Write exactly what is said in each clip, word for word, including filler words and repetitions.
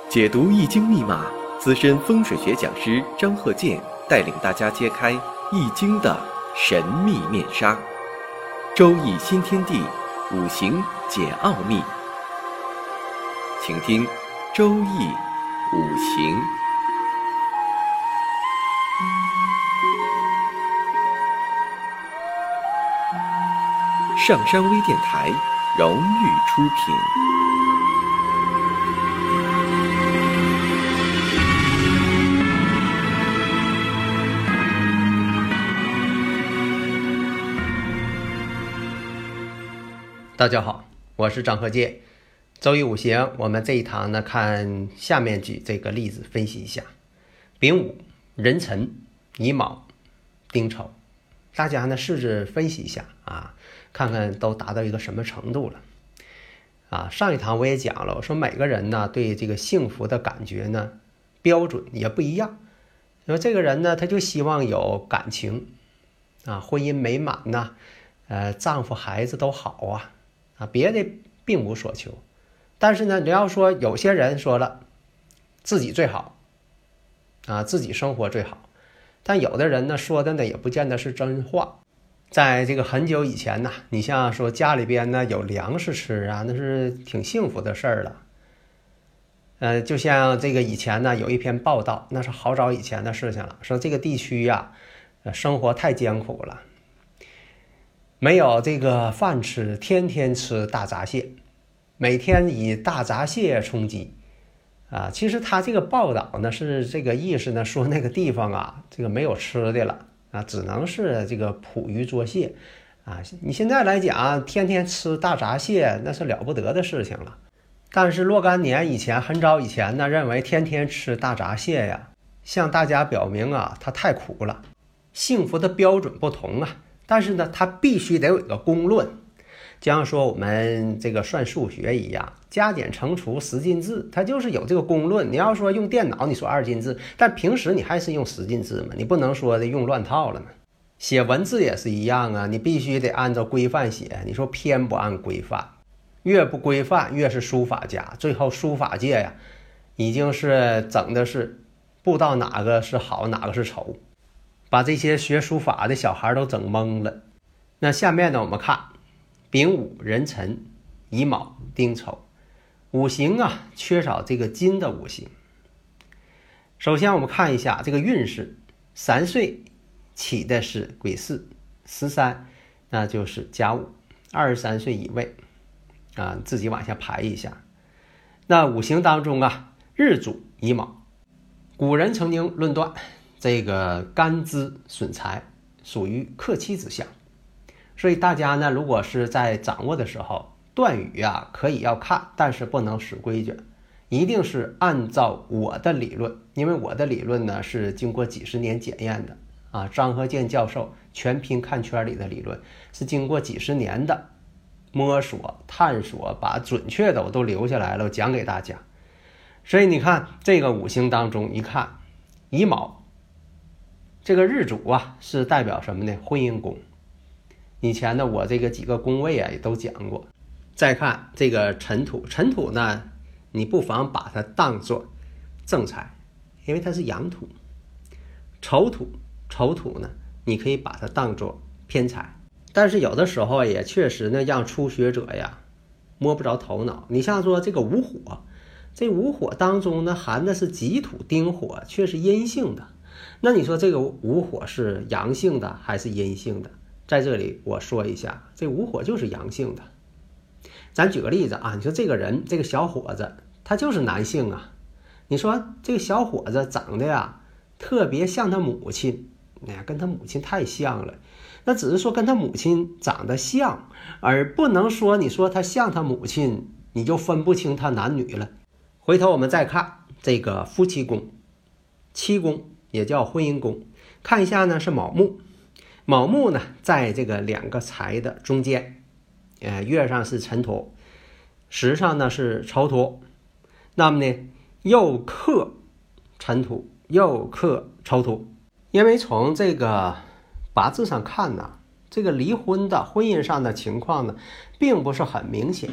解读易经密码，资深风水学讲师张鹤剑带领大家揭开易经的神秘面纱。周易新天地，五行解奥秘。请听周易五行。上山微电台荣誉出品。 大家好，我是张鹤剑。周易五行，我们这一堂呢，看下面举这个例子分析一下。丙午、壬辰、乙卯、丁丑，大家呢试着分析一下啊，看看都达到一个什么程度了。啊，上一堂我也讲了，我说每个人呢对这个幸福的感觉呢标准也不一样。因为这个人呢，他就希望有感情啊，婚姻美满呐、呃，丈夫孩子都好啊。啊，别的并无所求，但是呢，你要说有些人说了，自己最好，啊，自己生活最好，但有的人呢说的呢也不见得是真话。在这个很久以前呢，你像说家里边呢有粮食吃啊，那是挺幸福的事儿了。呃，就像这个以前呢有一篇报道，那是好早以前的事情了，说这个地区呀、啊，生活太艰苦了。没有这个饭吃，天天吃大闸蟹，每天以大闸蟹充饥啊。其实他这个报道呢是这个意思呢，说那个地方啊，这个没有吃的了啊，只能是这个捕鱼捉蟹啊。你现在来讲，天天吃大闸蟹那是了不得的事情了。但是若干年以前，很早以前呢，认为天天吃大闸蟹呀，向大家表明啊，它太苦了，幸福的标准不同啊。但是呢，它必须得有一个公论，就像说我们这个算数学一样，加减乘除十进制，它就是有这个公论。你要说用电脑，你说二进制，但平时你还是用十进制嘛，你不能说的用乱套了嘛。写文字也是一样啊，你必须得按照规范写，你说偏不按规范，越不规范越是书法家，最后书法界呀，已经是整的是不知道哪个是好，哪个是丑。把这些学书法的小孩都整懵了。那下面呢，我们看丙午、壬辰、乙卯、丁丑，五行啊缺少这个金的五行。首先我们看一下这个运势，三岁起的是癸巳，十三那就是甲午，二十三岁乙未啊，自己往下排一下。那五行当中啊，日主乙卯，古人曾经论断。这个干支损财属于克妻之象，所以大家呢，如果是在掌握的时候，断语啊可以要看，但是不能死规矩，一定是按照我的理论，因为我的理论呢是经过几十年检验的啊。张鹤剑教授全拼看圈里的理论是经过几十年的摸索探索，把准确的我都留下来了，我讲给大家。所以你看这个五行当中，一看乙卯。这个日主啊是代表什么呢？婚姻宫。以前呢我这个几个宫位啊也都讲过。再看这个辰土，辰土呢你不妨把它当作正财，因为它是阳土。丑土，丑土呢你可以把它当作偏财。但是有的时候也确实呢让初学者呀摸不着头脑。你像说这个午火，这午火当中呢含的是己土丁火，却是阴性的。那你说这个午火是阳性的还是阴性的？在这里我说一下，这午火就是阳性的。咱举个例子啊，你说这个人这个小伙子他就是男性啊，你说这个小伙子长得呀特别像他母亲，哎呀跟他母亲太像了，那只是说跟他母亲长得像，而不能说你说他像他母亲你就分不清他男女了。回头我们再看这个夫妻宫，妻宫也叫婚姻宫，看一下呢是卯木，卯木呢在这个两个财的中间，呃，月上是辰土，时上呢是丑土，那么呢又克辰土又克丑土。因为从这个八字上看呢，这个离婚的婚姻上的情况呢并不是很明显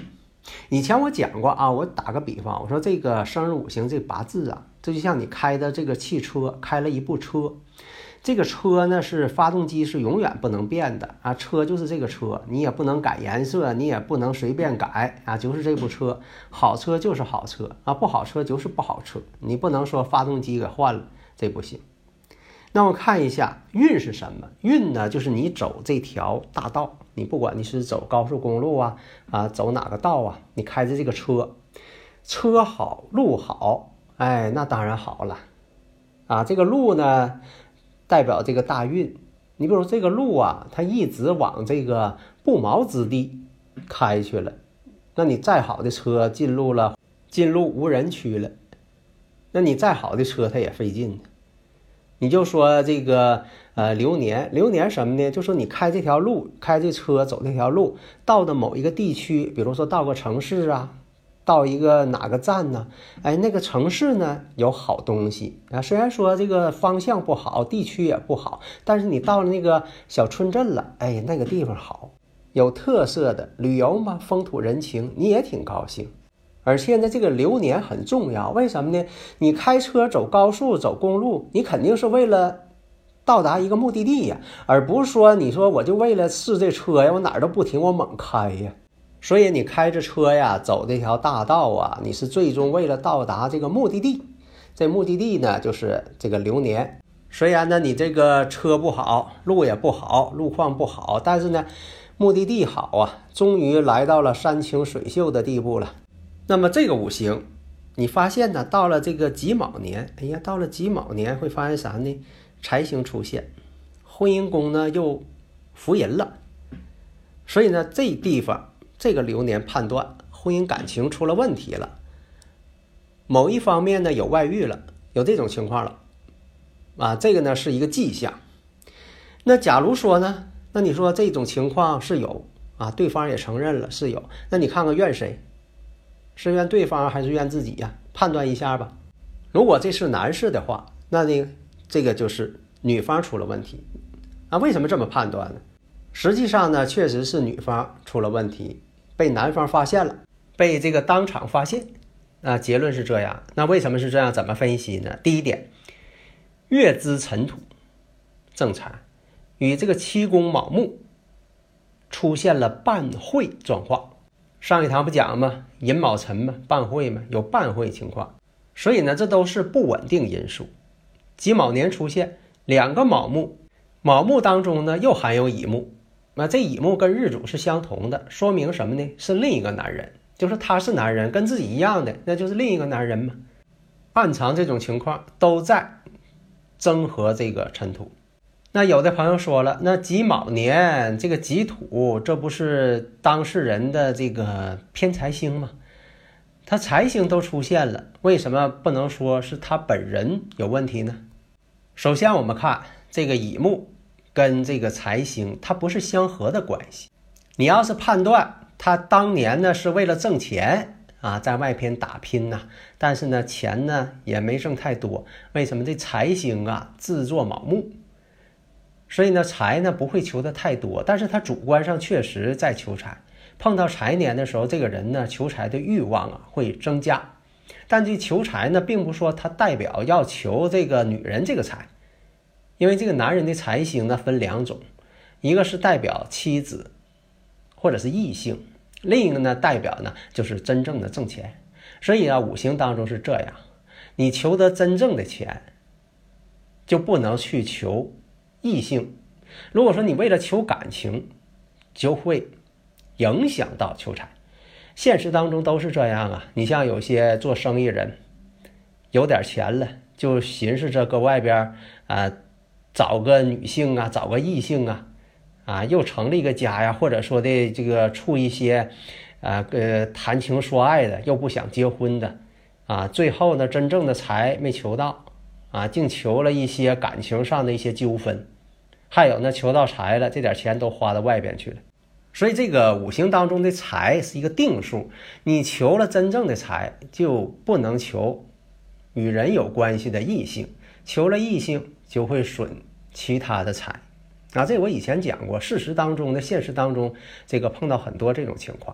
以前我讲过啊，我打个比方，我说这个生日五行这八字啊，这就像你开的这个汽车，开了一部车，这个车呢是发动机是永远不能变的啊，车就是这个车，你也不能改颜色，你也不能随便改啊，就是这部车，好车就是好车啊，不好车就是不好车，你不能说发动机给换了，这不行。那我看一下运是什么？运呢，就是你走这条大道，你不管你是走高速公路啊，啊，走哪个道啊，你开着这个车，车好路好，哎，那当然好了，啊，这个路呢，代表这个大运。你比如这个路啊，它一直往这个不毛之地开去了，那你再好的车进入了进入无人区了，那你再好的车它也费劲的。你就说这个呃流年，流年什么呢？就说你开这条路，开这车走这条路，到的某一个地区，比如说到个城市啊，到一个哪个站呢？哎，那个城市呢有好东西啊，虽然说这个方向不好，地区也不好，但是你到了那个小村镇了，哎，那个地方好，有特色的旅游嘛，风土人情，你也挺高兴。而且呢，这个流年很重要，为什么呢？你开车走高速、走公路，你肯定是为了到达一个目的地呀，而不是说你说我就为了试这车呀，我哪儿都不停，我猛开呀。所以你开着车呀，走这条大道啊，你是最终为了到达这个目的地。这目的地呢，就是这个流年。虽然呢，你这个车不好，路也不好，路况不好，但是呢，目的地好啊，终于来到了山清水秀的地步了。那么这个五行，你发现呢，到了这个己卯年，哎呀，到了己卯年会发现啥呢？财星出现，婚姻宫呢又伏淫了，所以呢，这地方这个流年判断婚姻感情出了问题了，某一方面呢有外遇了，有这种情况了，啊，这个呢是一个迹象。那假如说呢，那你说这种情况是有啊，对方也承认了是有，那你看看怨谁？是怨对方还是怨自己呀？判断一下吧。如果这是男士的话，那呢，这个就是女方出了问题啊。为什么这么判断呢？实际上呢，确实是女方出了问题，被男方发现了，被这个当场发现啊。结论是这样。那为什么是这样？怎么分析呢？第一点，月支辰土正财与这个七宫卯木出现了半会状况。上一堂不讲吗？寅卯辰嘛，半会嘛，有半会情况，所以呢，这都是不稳定因素。己卯年出现两个卯木，卯木当中呢又含有乙木，那这乙木跟日主是相同的，说明什么呢？是另一个男人，就是他是男人，跟自己一样的，那就是另一个男人嘛。暗藏这种情况都在增合这个辰土。那有的朋友说了，那己卯年这个己土，这不是当事人的这个偏财星吗？他财星都出现了，为什么不能说是他本人有问题呢？首先我们看这个乙木跟这个财星，它不是相合的关系。你要是判断他当年呢是为了挣钱啊，在外边打拼呐、啊，但是呢钱呢也没挣太多，为什么这财星啊自作卯木？所以呢，财呢不会求的太多，但是他主观上确实在求财。碰到财年的时候，这个人呢求财的欲望啊会增加。但这求财呢，并不说他代表要求这个女人这个财，因为这个男人的财星呢分两种，一个是代表妻子或者是异性，另一个呢代表呢就是真正的挣钱。所以啊，五行当中是这样，你求得真正的钱，就不能去求异性。如果说你为了求感情，就会影响到求财。现实当中都是这样啊，你像有些做生意人有点钱了，就寻思着搁外边啊找个女性啊，找个异性啊，啊又成立个家呀，或者说的这个处一些啊呃谈情说爱的，又不想结婚的啊，最后呢真正的财没求到啊，竟求了一些感情上的一些纠纷。还有呢，求到财了，这点钱都花到外边去了。所以这个五行当中的财是一个定数，你求了真正的财，就不能求与人有关系的异性，求了异性就会损其他的财啊。这我以前讲过，事实当中的现实当中，这个碰到很多这种情况。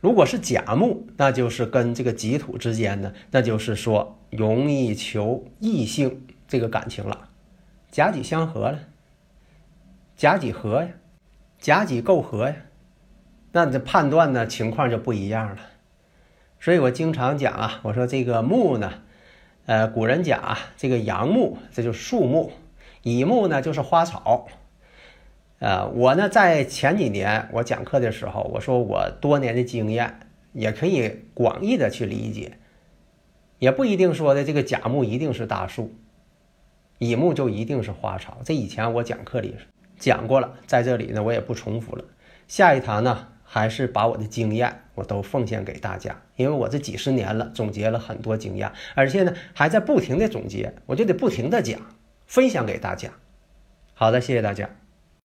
如果是甲木，那就是跟这个己土之间呢，那就是说容易求异性这个感情了，甲己相合了，甲己合呀，甲己媾合呀，那这判断呢情况就不一样了。所以我经常讲啊，我说这个木呢，呃，古人讲啊，这个阳木这就是树木，乙木呢就是花草。呃，我呢在前几年我讲课的时候，我说我多年的经验也可以广义的去理解，也不一定说的这个甲木一定是大树，乙木就一定是花草，这以前我讲课里讲过了，在这里呢我也不重复了。下一堂呢还是把我的经验我都奉献给大家，因为我这几十年了，总结了很多经验，而且呢还在不停的总结，我就得不停的讲，分享给大家。好的，谢谢大家。